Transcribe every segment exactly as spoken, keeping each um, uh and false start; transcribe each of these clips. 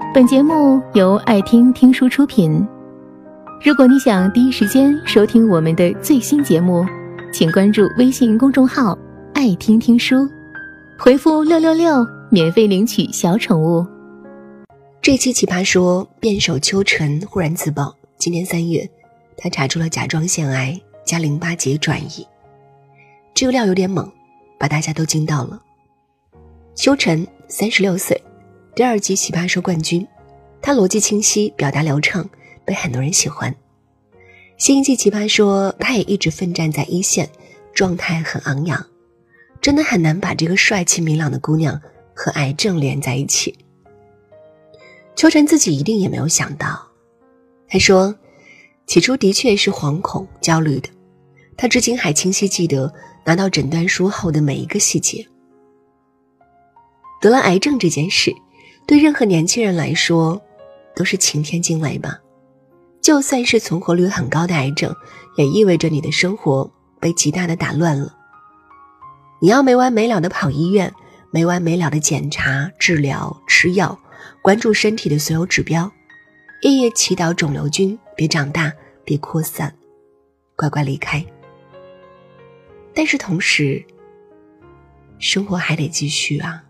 本节目由爱听听书出品。如果你想第一时间收听我们的最新节目，请关注微信公众号爱听听书，回复六六六免费领取小宠物。 这期奇葩说，辩手邱晨忽然自曝，今年三月他查出了甲状腺癌加淋巴结转移。这个料有点猛，把大家都惊到了。邱晨三十六岁，第二季奇葩说冠军，他逻辑清晰，表达流畅，被很多人喜欢。新一季奇葩说，他也一直奋战在一线，状态很昂扬，真的很难把这个帅气明朗的姑娘和癌症连在一起。邱晨自己一定也没有想到，他说起初的确是惶恐焦虑的，他至今还清晰记得拿到诊断书后的每一个细节。得了癌症这件事对任何年轻人来说都是晴天惊雷吧，就算是存活率很高的癌症，也意味着你的生活被极大的打乱了。你要没完没了的跑医院，没完没了的检查治疗吃药，关注身体的所有指标，夜夜祈祷肿瘤菌别长大别扩散，乖乖离开。但是同时生活还得继续啊。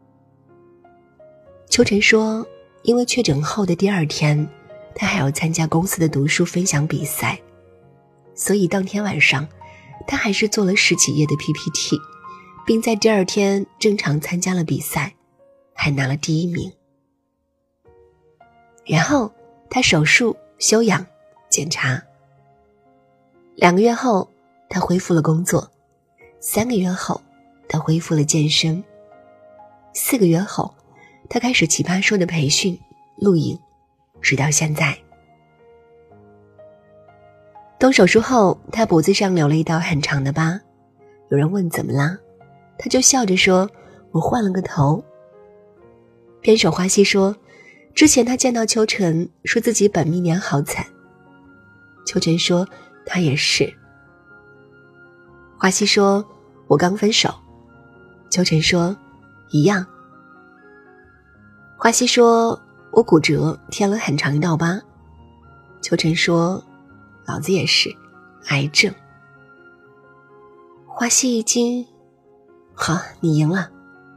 邱晨说，因为确诊后的第二天他还要参加公司的读书分享比赛，所以当天晚上他还是做了十几页的 P P T， 并在第二天正常参加了比赛，还拿了第一名。然后他手术休养检查，两个月后他恢复了工作，三个月后他恢复了健身，四个月后他开始奇葩说的培训录影，直到现在。动手术后他脖子上留了一道很长的疤，有人问怎么啦，他就笑着说我换了个头。辩手花溪说，之前他见到邱晨说自己本命年好惨，邱晨说他也是。花溪说我刚分手，邱晨说一样。花溪说我骨折添了很长一道疤，邱晨说老子也是癌症。花溪一惊，好，你赢了。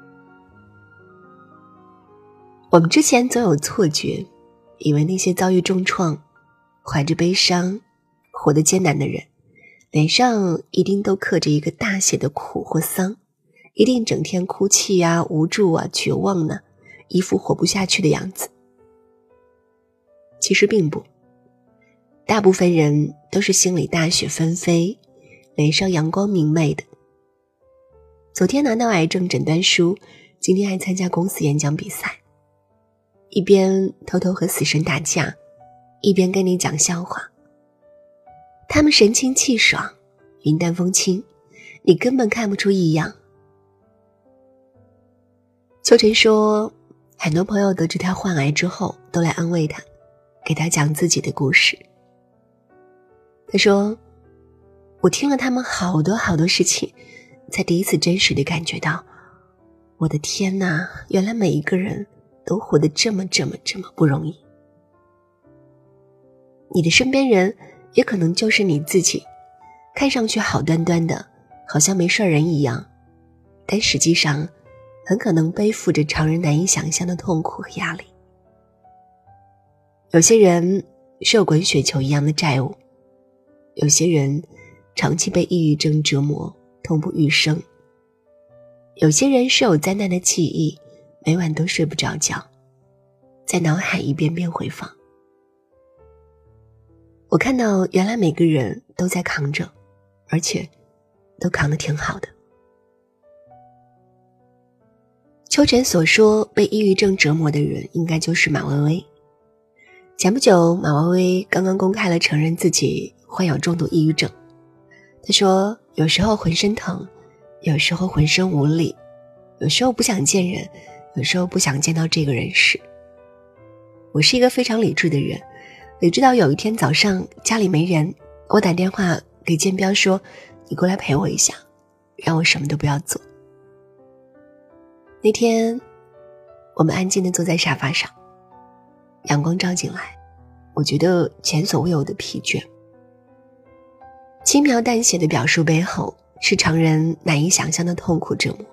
我们之前总有错觉，以为那些遭遇重创怀着悲伤活得艰难的人，脸上一定都刻着一个大写的苦或丧，一定整天哭泣啊无助啊绝望呢、啊，一副活不下去的样子。其实并不，大部分人都是心里大雪纷飞，脸上阳光明媚的。昨天拿到癌症诊断书，今天还参加公司演讲比赛，一边偷偷和死神打架，一边跟你讲笑话。他们神清气爽，云淡风轻，你根本看不出异样。邱晨说，很多朋友得知他患癌之后都来安慰他，给他讲自己的故事。他说，我听了他们好多好多事情，才第一次真实地感觉到，我的天哪，原来每一个人都活得这么这么这么不容易。你的身边人也可能就是你自己，看上去好端端的，好像没事人一样，但实际上很可能背负着常人难以想象的痛苦和压力。有些人是有滚雪球一样的债务，有些人长期被抑郁症折磨，痛不欲生，有些人是有灾难的记忆，每晚都睡不着觉，在脑海一遍遍回放。我看到原来每个人都在扛着，而且都扛得挺好的。邱晨所说被抑郁症折磨的人应该就是马薇薇。前不久马薇薇刚刚公开了承认自己患有重度抑郁症。她说有时候浑身疼，有时候浑身无力，有时候不想见人，有时候不想见到这个人时。我是一个非常理智的人，理智到有一天早上家里没人，我打电话给建彪说，你过来陪我一下，让我什么都不要做。那天我们安静地坐在沙发上， 阳光照进来，我觉得前所未有的疲倦。轻描淡写的表述背后，是常人难以想象的痛苦折磨。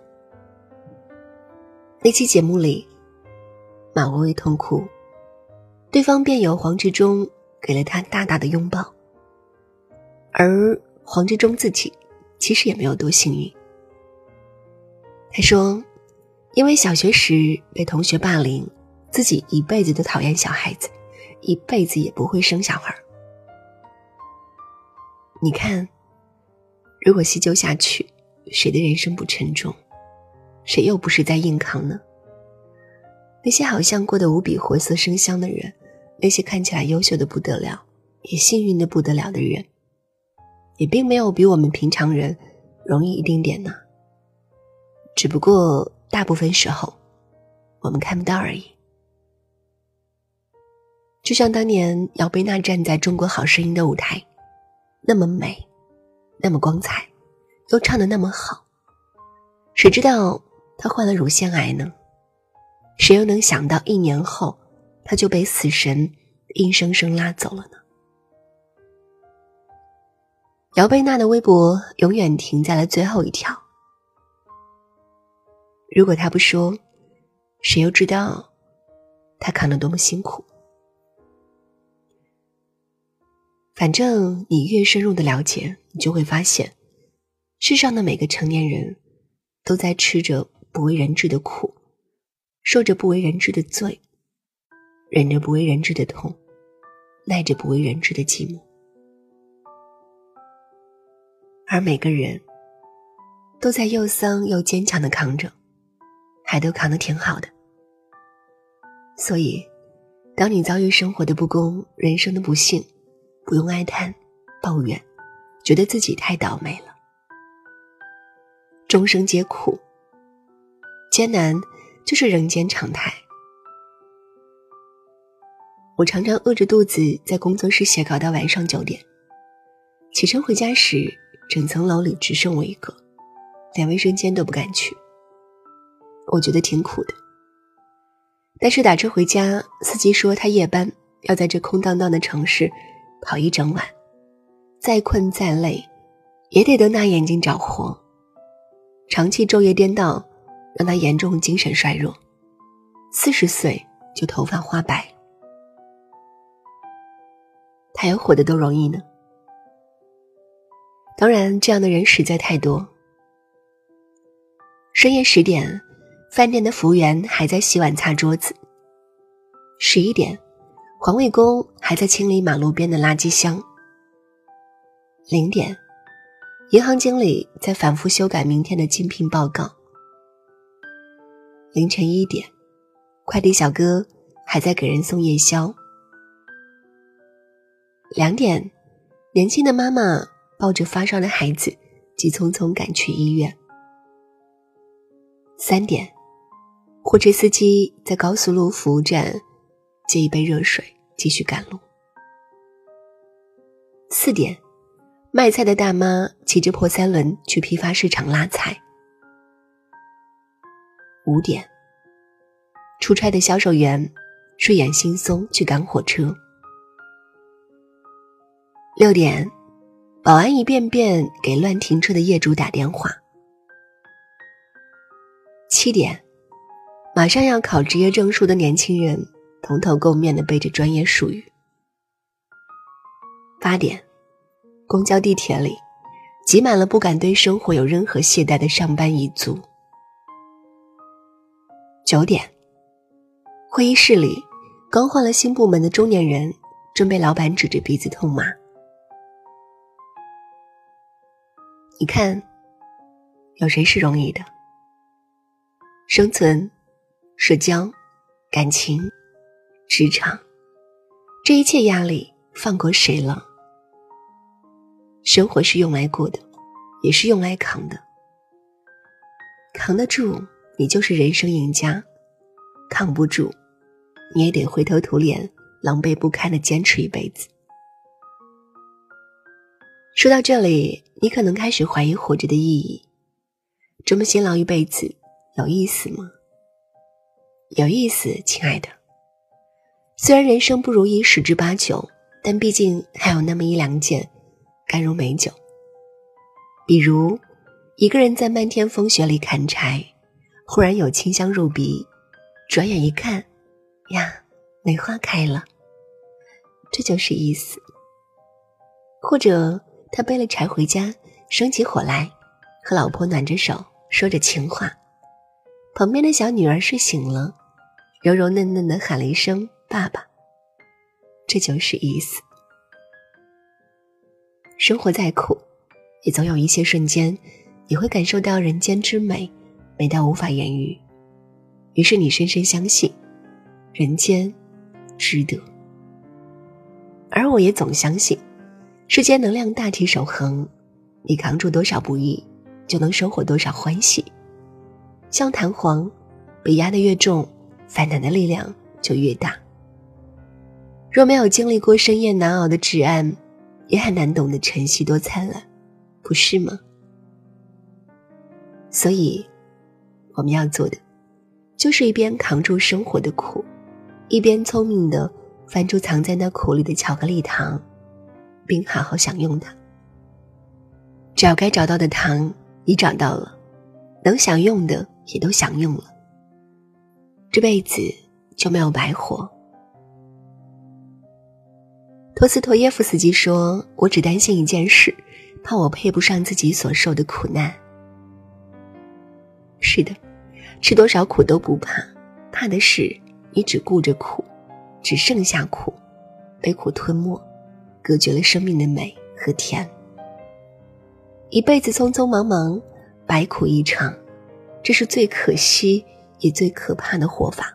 那期节目里，马薇薇痛哭，对方辩友黄执中给了他大大的拥抱，而黄执中自己其实也没有多幸运。他说，因为小学时被同学霸凌，自己一辈子都讨厌小孩子，一辈子也不会生小孩。你看，如果细究下去，谁的人生不沉重？谁又不是在硬扛呢？那些好像过得无比活色生香的人，那些看起来优秀的不得了，也幸运的不得了的人，也并没有比我们平常人容易一丁点呢。只不过大部分时候我们看不到而已。就像当年姚贝娜站在中国好声音的舞台，那么美，那么光彩，又唱得那么好，谁知道她患了乳腺癌呢？谁又能想到一年后她就被死神硬生生拉走了呢？姚贝娜的微博永远停在了最后一条，如果她不说，谁又知道她扛得多么辛苦？反正你越深入的了解，你就会发现，世上的每个成年人都在吃着不为人知的苦，受着不为人知的罪，忍着不为人知的痛，耐着不为人知的寂寞。而每个人都在又丧又坚强地扛着，还都扛得挺好的。所以当你遭遇生活的不公，人生的不幸，不用哀叹抱怨，觉得自己太倒霉了。终生皆苦，艰难就是人间常态。我常常饿着肚子在工作室写稿到晚上九点，启程回家时，整层楼里只剩我一个，连卫生间都不敢去。我觉得挺苦的。但是打车回家，司机说他夜班要在这空荡荡的城市跑一整晚，再困再累也得瞪大眼睛找活。长期昼夜颠倒让他严重精神衰弱，四十岁就头发花白。他要活得多容易呢？当然这样的人实在太多。深夜十点，饭店的服务员还在洗碗擦桌子。十一点，环卫工还在清理马路边的垃圾箱。零点，银行经理在反复修改明天的竞聘报告。凌晨一点，快递小哥还在给人送夜宵。两点，年轻的妈妈抱着发烧的孩子急匆匆赶去医院。三点，货车司机在高速路服务站接一杯热水继续赶路。四点，卖菜的大妈骑着破三轮去批发市场拉菜。五点，出差的销售员睡眼惺忪去赶火车。六点，保安一遍遍给乱停车的业主打电话。七点，马上要考职业证书的年轻人蓬头垢面地背着专业术语。八点，公交地铁里挤满了不敢对生活有任何懈怠的上班一族。九点，会议室里刚换了新部门的中年人正被老板指着鼻子痛骂。你看，有谁是容易的？生存、社交、感情、职场，这一切压力放过谁了？生活是用来过的，也是用来扛的。扛得住，你就是人生赢家；扛不住，你也得灰头土脸、狼狈不堪地坚持一辈子。说到这里，你可能开始怀疑活着的意义。这么辛劳一辈子，有意思吗？有意思，亲爱的。 虽然人生不如意十之八九，但毕竟还有那么一两件甘如美酒。比如一个人在漫天风雪里砍柴，忽然有清香入鼻，转眼一看呀，梅花开了，这就是意思。或者他背了柴回家，生起火来，和老婆暖着手说着情话，旁边的小女儿睡醒了，柔柔嫩嫩地喊了一声爸爸，这就是意思。生活再苦，也总有一些瞬间你会感受到人间之美，美到无法言喻，于是你深深相信人间值得。而我也总相信世间能量大体守恒，你扛住多少不易，就能收获多少欢喜。像弹簧被压得越重，反弹的力量就越大。若没有经历过深夜难熬的至暗，也很难懂得晨曦多灿烂，不是吗？所以我们要做的就是一边扛住生活的苦，一边聪明地翻出藏在那苦里的巧克力糖，并好好享用它。只要该找到的糖你找到了，能享用的也都享用了，这辈子就没有白活。托斯托耶夫斯基说，我只担心一件事，怕我配不上自己所受的苦难。是的，吃多少苦都不怕，怕的是你只顾着苦，只剩下苦，被苦吞没，隔绝了生命的美和甜。一辈子匆匆忙忙，白苦一场，这是最可惜也最可怕的活法。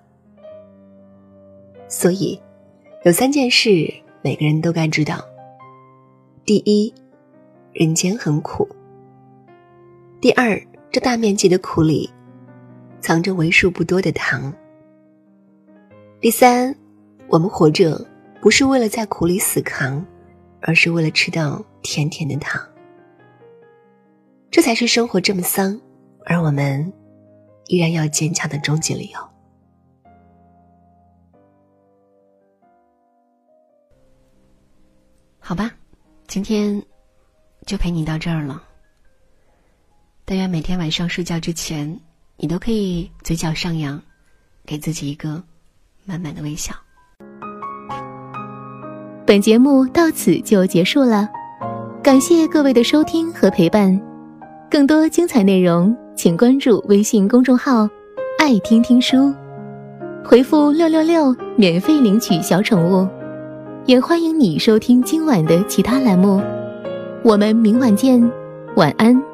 所以有三件事每个人都该知道。第一，人间很苦。第二，这大面积的苦里藏着为数不多的糖。第三，我们活着不是为了在苦里死扛，而是为了吃到甜甜的糖。这才是生活这么丧，而我们依然要坚强的终极理由。 好吧，今天就陪你到这儿了。但愿每天晚上睡觉之前，你都可以嘴角上扬，给自己一个满满的微笑。 本节目到此就结束了，感谢各位的收听和陪伴。更多精彩内容请关注微信公众号爱听听书，回复六六六免费领取小宠物。也欢迎你收听今晚的其他栏目，我们明晚见，晚安。